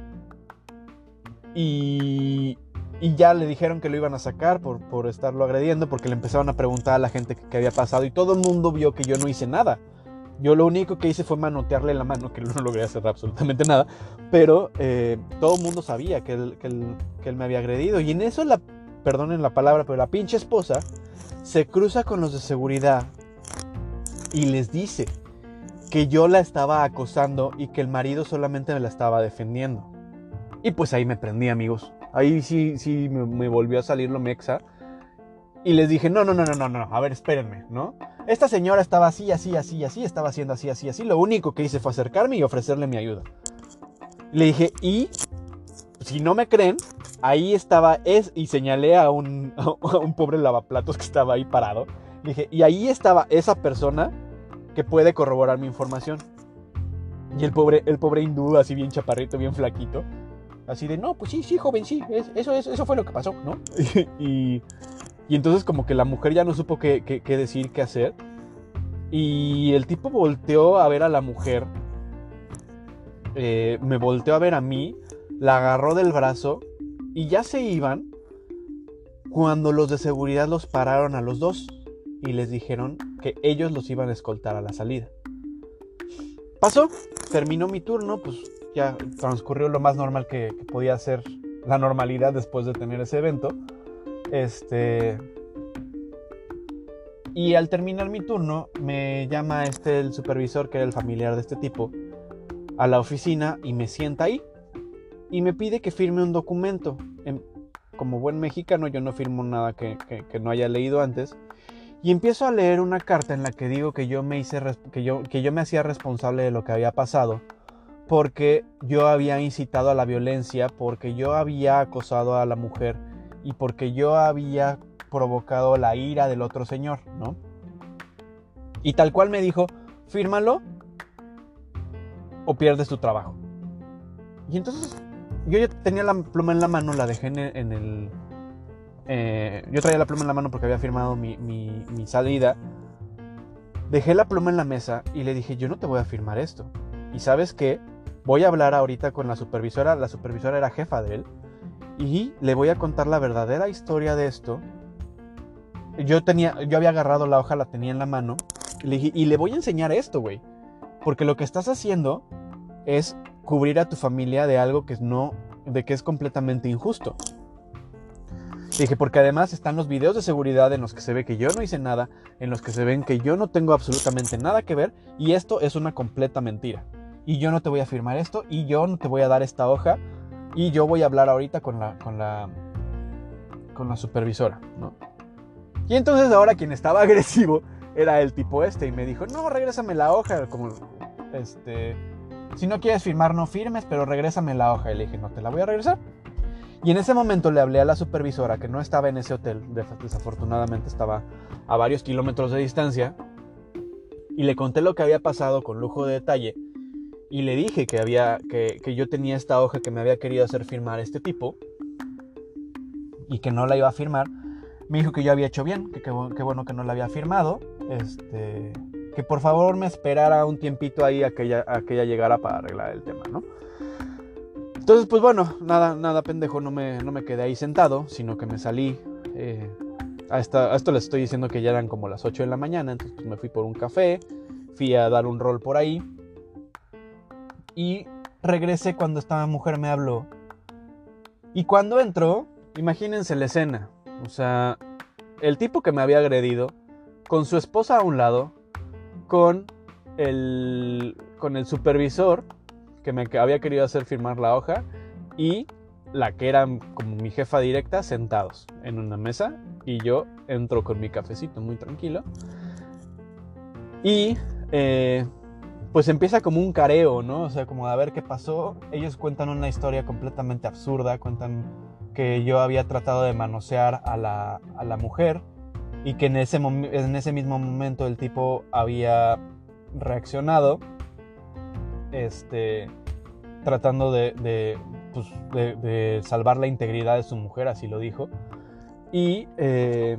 [SPEAKER 1] Y... Y ya le dijeron que lo iban a sacar por, por estarlo agrediendo, porque le empezaron a preguntar a la gente qué había pasado. Y todo el mundo vio que yo no hice nada. Yo lo único que hice fue manotearle la mano, que no logré hacer absolutamente nada. Pero eh, todo el mundo sabía que él, que, él, que él me había agredido. Y en eso, la, perdonen la palabra, pero la pinche esposa se cruza con los de seguridad y les dice que yo la estaba acosando y que el marido solamente me la estaba defendiendo. Y pues ahí me prendí, amigos. Ahí sí, sí me, me volvió a salir lo mexa. Y les dije, no, no, no, no, no, no, a ver, espérenme, ¿no? Esta señora estaba así, así, así, así, estaba haciendo así, así, así. Lo único que hice fue acercarme y ofrecerle mi ayuda. Le dije, y si no me creen, ahí estaba, es, y señalé a un, a un pobre lavaplatos que estaba ahí parado. Le dije, y ahí estaba esa persona que puede corroborar mi información. Y el pobre, el pobre hindú, así bien chaparrito, bien flaquito, así de, no, pues sí, sí, joven, sí, es, eso, eso, eso fue lo que pasó, ¿no? y... Y entonces como que la mujer ya no supo qué, qué, qué decir, qué hacer. Y el tipo volteó a ver a la mujer. Eh, me volteó a ver a mí. La agarró del brazo. Y ya se iban. Cuando los de seguridad los pararon a los dos. Y les dijeron que ellos los iban a escoltar a la salida. Pasó. Terminó mi turno. Pues ya transcurrió lo más normal que, que podía ser la normalidad después de tener ese evento. Este... Y al terminar mi turno, me llama este el supervisor, que era el familiar de este tipo, a la oficina y me sienta ahí. Y me pide que firme un documento. En, como buen mexicano, yo no firmo nada que, que, que no haya leído antes. Y empiezo a leer una carta en la que digo que yo, me hice, que, yo, que yo me hacía responsable de lo que había pasado. Porque yo había incitado a la violencia, porque yo había acosado a la mujer y porque yo había provocado la ira del otro señor, ¿no? Y tal cual me dijo, fírmalo o pierdes tu trabajo. Y entonces yo ya tenía la pluma en la mano, la dejé en el, en el, eh, yo traía la pluma en la mano porque había firmado mi, mi, mi salida. Dejé la pluma en la mesa y le dije, yo no te voy a firmar esto. Y ¿sabes qué? Voy a hablar ahorita con la supervisora. La supervisora era jefa de él. Y le voy a contar la verdadera historia de esto. Yo tenía, yo había agarrado la hoja, la tenía en la mano. Y le dije, y le voy a enseñar esto, güey. Porque lo que estás haciendo es cubrir a tu familia de algo que es no, de que es completamente injusto. Dije, porque además están los videos de seguridad en los que se ve que yo no hice nada, en los que se ven que yo no tengo absolutamente nada que ver, y esto es una completa mentira. Y yo no te voy a firmar esto, y yo no te voy a dar esta hoja, y yo voy a hablar ahorita con la, con la, con la supervisora, ¿no? Y entonces ahora quien estaba agresivo era el tipo este, y me dijo, no, regrésame la hoja, como, este, si no quieres firmar, no firmes, pero regrésame la hoja. Y le dije, no te la voy a regresar. Y en ese momento le hablé a la supervisora, que no estaba en ese hotel, desafortunadamente estaba a varios kilómetros de distancia, y le conté lo que había pasado con lujo de detalle, y le dije que, había, que, que yo tenía esta hoja que me había querido hacer firmar este tipo, y que no la iba a firmar. Me dijo que yo había hecho bien, que qué bueno que no la había firmado, este, que por favor me esperara un tiempito ahí a que ella, a que ella llegara para arreglar el tema, ¿no? Entonces, pues bueno, nada, nada pendejo, no me, no me quedé ahí sentado, sino que me salí. Eh, a, esta, a esto les estoy diciendo que ya eran como las ocho de la mañana, entonces pues me fui por un café, fui a dar un rol por ahí. Y regresé cuando esta mujer me habló. Y cuando entró, imagínense la escena. O sea, el tipo que me había agredido, con su esposa a un lado, con el, con el supervisor que me había querido hacer firmar la hoja, y la que era como mi jefa directa, sentados en una mesa, y yo entro con mi cafecito muy tranquilo, y eh, pues empieza como un careo, ¿no? O sea, como a ver qué pasó. Ellos cuentan una historia completamente absurda, cuentan que yo había tratado de manosear a la, a la mujer, y que en ese, mom- en ese mismo momento el tipo había reaccionado, este, tratando de, de, pues, de, de salvar la integridad de su mujer, así lo dijo. Y, eh,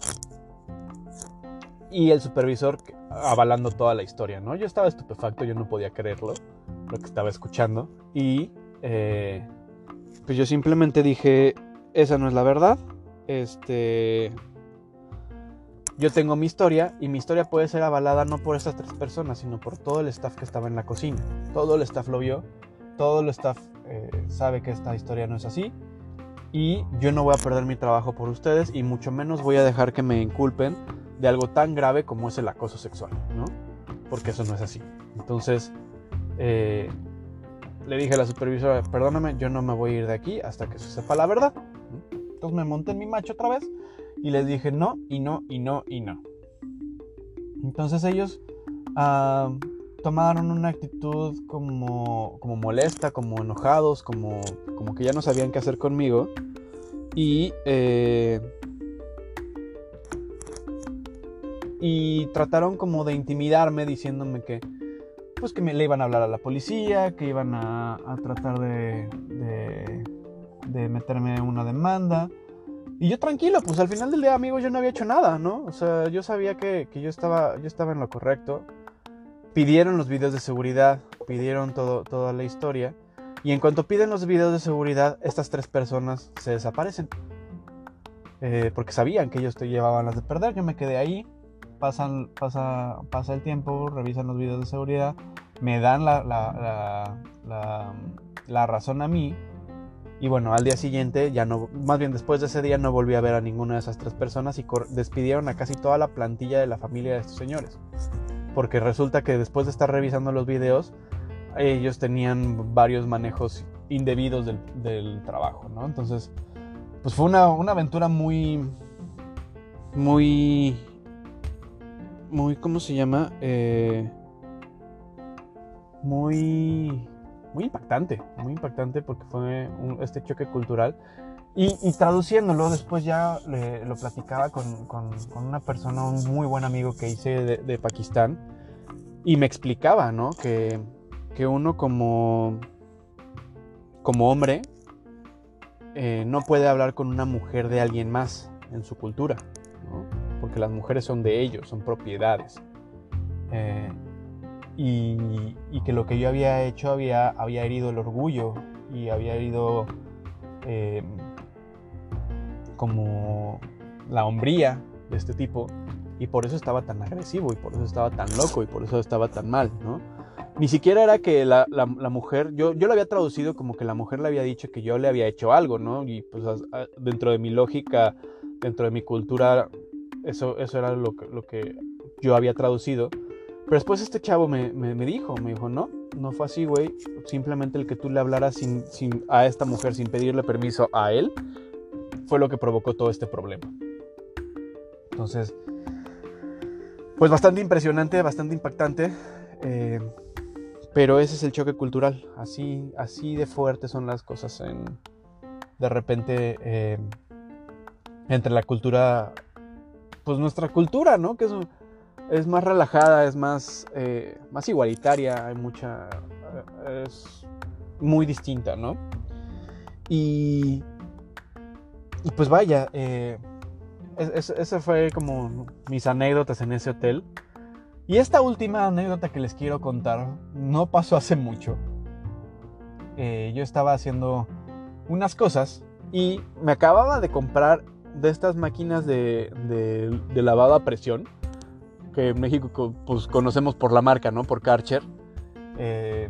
[SPEAKER 1] y el supervisor avalando toda la historia, ¿no? Yo estaba estupefacto, yo no podía creerlo, lo que estaba escuchando. Y eh, pues yo simplemente dije, esa no es la verdad. Este... Yo tengo mi historia, y mi historia puede ser avalada no por estas tres personas, sino por todo el staff que estaba en la cocina. Todo el staff lo vio, todo el staff eh, sabe que esta historia no es así, y yo no voy a perder mi trabajo por ustedes, y mucho menos voy a dejar que me inculpen de algo tan grave como es el acoso sexual, ¿no? Porque eso no es así. Entonces, eh, le dije a la supervisora, perdóname, yo no me voy a ir de aquí hasta que se sepa la verdad. Entonces me monté en mi macho otra vez, y les dije no, y no, y no, y no. Entonces ellos uh, tomaron una actitud como, como molesta, como enojados, como, como que ya no sabían qué hacer conmigo. Y, eh, y trataron como de intimidarme, diciéndome que, pues que me, le iban a hablar a la policía, que iban a, a tratar de, de, de meterme una demanda. Y yo tranquilo, pues al final del día, amigos, yo no había hecho nada, ¿no? O sea, yo sabía que, que yo, estaba, yo estaba en lo correcto. Pidieron los videos de seguridad, pidieron todo, toda la historia. Y en cuanto piden los videos de seguridad, estas tres personas se desaparecen. Eh, porque sabían que ellos te llevaban las de perder. Yo me quedé ahí, pasan, pasa, pasa el tiempo, revisan los videos de seguridad, me dan la, la, la, la, la razón a mí. Y bueno, al día siguiente, ya no, más bien después de ese día, no volví a ver a ninguna de esas tres personas, y cor- despidieron a casi toda la plantilla de la familia de estos señores. Porque resulta que después de estar revisando los videos, ellos tenían varios manejos indebidos del, del trabajo, ¿no? Entonces, pues fue una, una aventura muy, muy, muy, ¿cómo se llama? Eh, muy... muy impactante, muy impactante, porque fue un, este choque cultural. Y, y traduciéndolo, después ya le, lo platicaba con, con, con una persona, un muy buen amigo que hice de, de Pakistán, y me explicaba, ¿no? Que, que uno como, como hombre eh, no puede hablar con una mujer de alguien más en su cultura, ¿no? Porque las mujeres son de ellos, son propiedades. Eh, y, y que lo que yo había hecho había, había herido el orgullo y había herido eh, como la hombría de este tipo, y por eso estaba tan agresivo y por eso estaba tan loco y por eso estaba tan mal, ¿no? Ni siquiera era que la, la, la mujer, yo, yo lo había traducido como que la mujer le había dicho que yo le había hecho algo, ¿no? Y pues a, a, dentro de mi lógica, dentro de mi cultura, eso, eso era lo que, lo que yo había traducido. Pero después este chavo me, me, me dijo, me dijo, no, no fue así, güey. Simplemente el que tú le hablaras sin, sin, a esta mujer sin pedirle permiso a él fue lo que provocó todo este problema. Entonces, pues bastante impresionante, bastante impactante. Eh, pero ese es el choque cultural. Así, así de fuertes son las cosas en, de repente eh, entre la cultura, pues nuestra cultura, ¿no? Que es un, es más relajada, es más, eh, más igualitaria, hay mucha, eh, es muy distinta, ¿no? Y, y pues vaya, eh, es, es, esa fue como mis anécdotas en ese hotel. Y esta última anécdota que les quiero contar no pasó hace mucho. Eh, yo estaba haciendo unas cosas y me acababa de comprar de estas máquinas de, de, de lavado a presión, que en México pues conocemos por la marca, ¿no? Por Karcher. Eh,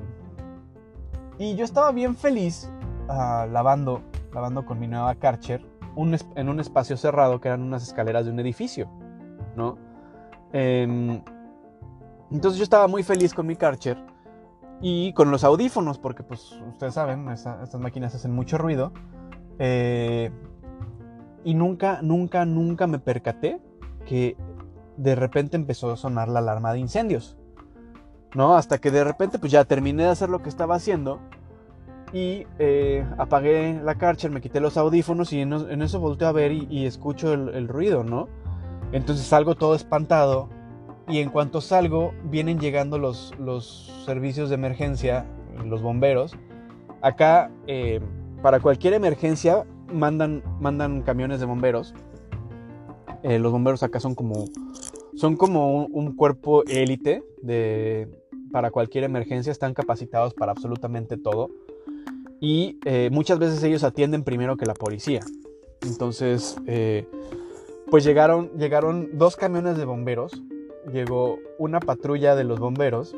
[SPEAKER 1] y yo estaba bien feliz uh, lavando, lavando con mi nueva Karcher un, en un espacio cerrado que eran unas escaleras de un edificio, ¿no? Eh, entonces yo estaba muy feliz con mi Karcher y con los audífonos, porque pues ustedes saben, esta, estas máquinas hacen mucho ruido. Eh, y nunca, nunca, nunca me percaté que de repente empezó a sonar la alarma de incendios, ¿no? Hasta que de repente pues ya terminé de hacer lo que estaba haciendo y eh, apagué la Karcher, me quité los audífonos y en, en eso volteo a ver y, y escucho el, el ruido, ¿no? Entonces salgo todo espantado y en cuanto salgo vienen llegando los, los servicios de emergencia, los bomberos. Acá eh, para cualquier emergencia mandan, mandan camiones de bomberos. Eh, los bomberos acá son como, son como un, un cuerpo élite de, para cualquier emergencia, están capacitados para absolutamente todo. Y eh, muchas veces ellos atienden primero que la policía. Entonces, eh, pues llegaron, llegaron dos camiones de bomberos, llegó una patrulla de los bomberos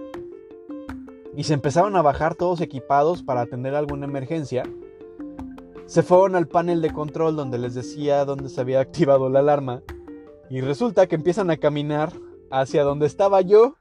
[SPEAKER 1] y se empezaron a bajar todos equipados para atender alguna emergencia. Se fueron al panel de control donde les decía dónde se había activado la alarma y resulta que empiezan a caminar hacia donde estaba yo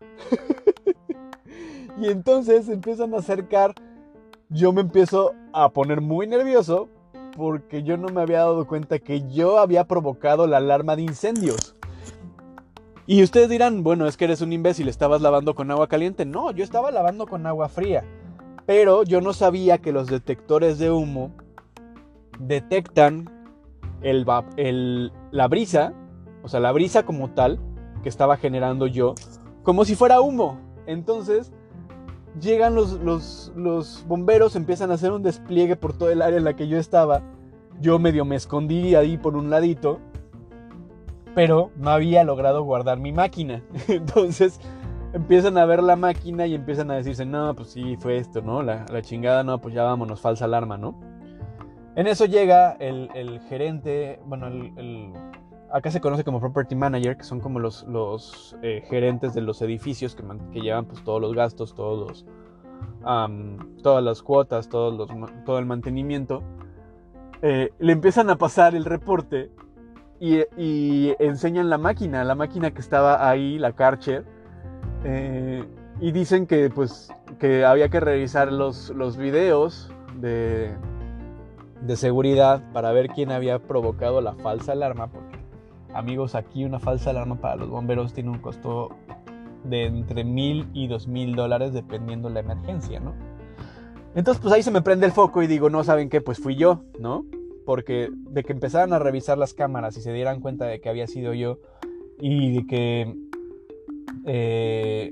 [SPEAKER 1] y entonces empiezan a acercar. Yo me empiezo a poner muy nervioso porque yo no me había dado cuenta que yo había provocado la alarma de incendios. Y ustedes dirán, bueno, es que eres un imbécil, ¿estabas lavando con agua caliente? No, yo estaba lavando con agua fría. Pero yo no sabía que los detectores de humo detectan el, el, la brisa, o sea, la brisa como tal, que estaba generando yo, como si fuera humo. Entonces llegan los, los, los bomberos, empiezan a hacer un despliegue por todo el área en la que yo estaba. Yo medio me escondí ahí por un ladito, pero no había logrado guardar mi máquina. Entonces empiezan a ver la máquina y empiezan a decirse, no, pues sí, fue esto, ¿no? La, la chingada, no, pues ya vámonos, falsa alarma, ¿no? En eso llega el, el gerente, bueno, el, el, acá se conoce como property manager, que son como los, los eh, gerentes de los edificios que, man, que llevan pues todos los gastos, todos los, um, todas las cuotas, todos los, todo el mantenimiento. Eh, le empiezan a pasar el reporte y, y enseñan la máquina, la máquina que estaba ahí, la Karcher, eh, y dicen que pues que había que revisar los, los videos de... de seguridad para ver quién había provocado la falsa alarma, porque amigos, aquí una falsa alarma para los bomberos tiene un costo de entre mil y dos mil dólares dependiendo la emergencia, ¿no? Entonces pues ahí se me prende el foco y digo, no, ¿saben qué? Pues fui yo, ¿no? Porque de que empezaran a revisar las cámaras y se dieran cuenta de que había sido yo y de que eh,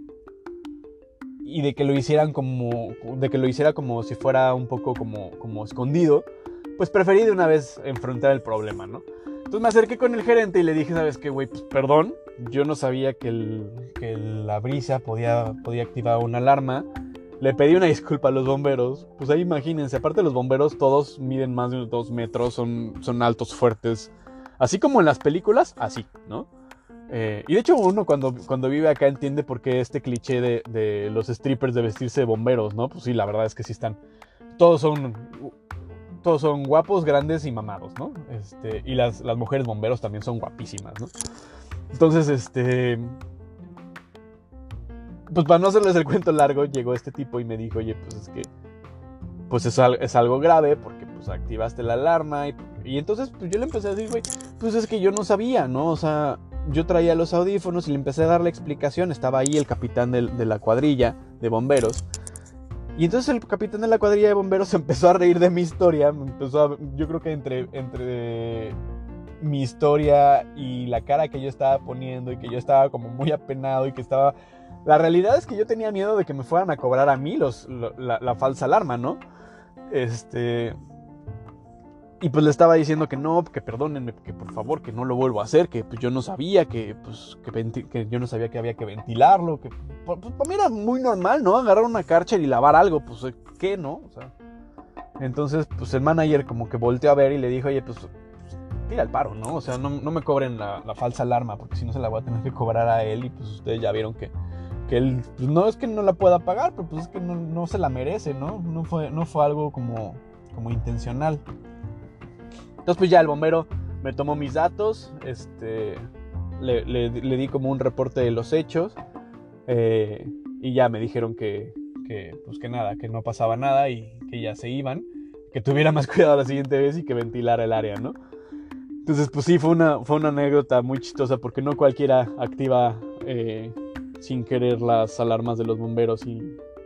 [SPEAKER 1] y de que lo hicieran como de que lo hiciera como si fuera un poco como, como escondido, pues preferí de una vez enfrentar el problema, ¿no? Entonces me acerqué con el gerente y le dije, ¿sabes qué, güey? Pues perdón, yo no sabía que, el, que la brisa podía, podía activar una alarma. Le pedí una disculpa a los bomberos. Pues ahí imagínense, aparte los bomberos todos miden más de unos dos metros, son, son altos, fuertes. Así como en las películas, así, ¿no? Eh, y de hecho uno cuando, cuando vive acá entiende por qué este cliché de, de los strippers de vestirse de bomberos, ¿no? Pues sí, la verdad es que sí están... Todos son... Todos son guapos, grandes y mamados, ¿no? Este, y las, las mujeres bomberos también son guapísimas, ¿no? Entonces, este... Pues para no hacerles el cuento largo, llegó este tipo y me dijo, oye, pues es que... Pues es, al, es algo grave porque pues activaste la alarma y... Y entonces pues yo le empecé a decir, güey, pues es que yo no sabía, ¿no? O sea, yo traía los audífonos y le empecé a dar la explicación. Estaba ahí el capitán de, de la cuadrilla de bomberos. Y entonces el capitán de la cuadrilla de bomberos se empezó a reír de mi historia. Empezó a, yo creo que entre, entre mi historia y la cara que yo estaba poniendo y que yo estaba como muy apenado y que estaba... La realidad es que yo tenía miedo de que me fueran a cobrar a mí los, lo, la, la falsa alarma, ¿no? Este... Y pues le estaba diciendo que no, que perdónenme, que por favor, que no lo vuelvo a hacer, que pues yo no sabía, que pues que, venti- que yo no sabía que había que ventilarlo, que pues, para mí era muy normal, ¿no? Agarrar una Karcher y lavar algo, pues ¿qué, no? O sea, entonces pues el manager como que volteó a ver y le dijo, oye, pues, pues tira el paro, ¿no? O sea, no, no me cobren la, la falsa alarma, porque si no se la voy a tener que cobrar a él y pues ustedes ya vieron que, que él, pues no es que no la pueda pagar, pero pues es que no, no se la merece, ¿no? No fue, no fue algo como, como intencional. Entonces pues ya el bombero me tomó mis datos, este, le, le, le di como un reporte de los hechos eh, y ya me dijeron que, que, pues que nada, que no pasaba nada y que ya se iban, que tuviera más cuidado la siguiente vez y que ventilara el área, ¿no? Entonces pues sí, fue una, fue una anécdota muy chistosa porque no cualquiera activa eh, sin querer las alarmas de los bomberos y,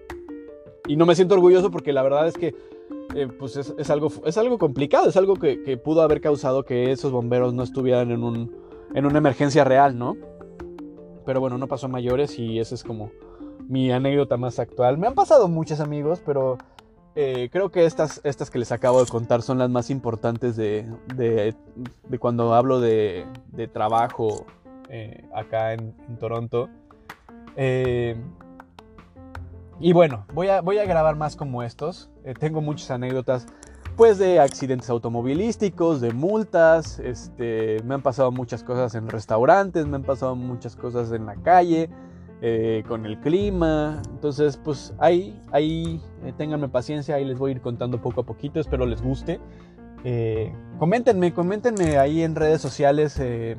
[SPEAKER 1] y no me siento orgulloso porque la verdad es que Eh, pues es, es, algo, es algo complicado, es algo que, que pudo haber causado que esos bomberos no estuvieran en, un, en una emergencia real, ¿no? Pero bueno, no pasó a mayores y esa es como mi anécdota más actual. Me han pasado muchas, amigos, pero eh, creo que estas, estas que les acabo de contar son las más importantes de, de, de cuando hablo de, de trabajo eh, acá en, en Toronto. Eh... Y bueno, voy a, voy a grabar más como estos. Eh, tengo muchas anécdotas, pues de accidentes automovilísticos, de multas. Este, me han pasado muchas cosas en restaurantes, me han pasado muchas cosas en la calle, eh, con el clima. Entonces, pues ahí, ahí eh, ténganme paciencia, ahí les voy a ir contando poco a poquito. Espero les guste. Eh, coméntenme, coméntenme ahí en redes sociales. Eh,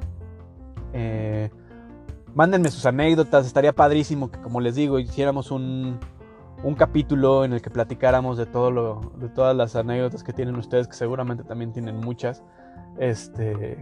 [SPEAKER 1] eh, Mándenme sus anécdotas, estaría padrísimo que, como les digo, hiciéramos un, un capítulo en el que platicáramos de, todo lo, de todas las anécdotas que tienen ustedes, que seguramente también tienen muchas. Este,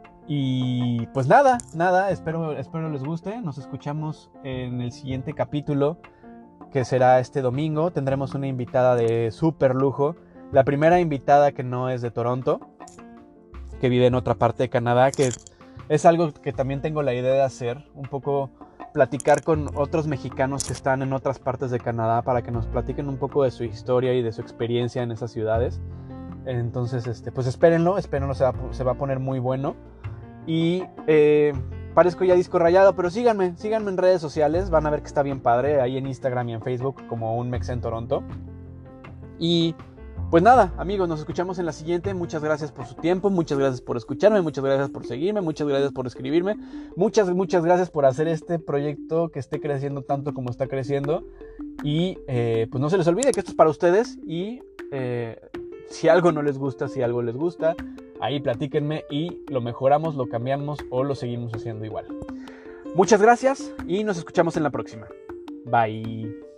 [SPEAKER 1] y pues nada, nada, espero, espero les guste. Nos escuchamos en el siguiente capítulo, que será este domingo. Tendremos una invitada de súper lujo. La primera invitada que no es de Toronto, que vive en otra parte de Canadá, que... Es algo que también tengo la idea de hacer, un poco platicar con otros mexicanos que están en otras partes de Canadá para que nos platiquen un poco de su historia y de su experiencia en esas ciudades. Entonces, este, pues espérenlo, espérenlo, se va, se va a poner muy bueno. Y eh, parezco ya disco rayado, pero síganme, síganme en redes sociales, van a ver que está bien padre, ahí en Instagram y en Facebook como un Mex en Toronto. Y... Pues nada, amigos, nos escuchamos en la siguiente. Muchas gracias por su tiempo, muchas gracias por escucharme, muchas gracias por seguirme, muchas gracias por escribirme, muchas, muchas gracias por hacer este proyecto que esté creciendo tanto como está creciendo. Y eh, pues no se les olvide que esto es para ustedes y eh, si algo no les gusta, si algo les gusta, ahí platíquenme y lo mejoramos, lo cambiamos o lo seguimos haciendo igual. Muchas gracias y nos escuchamos en la próxima. Bye.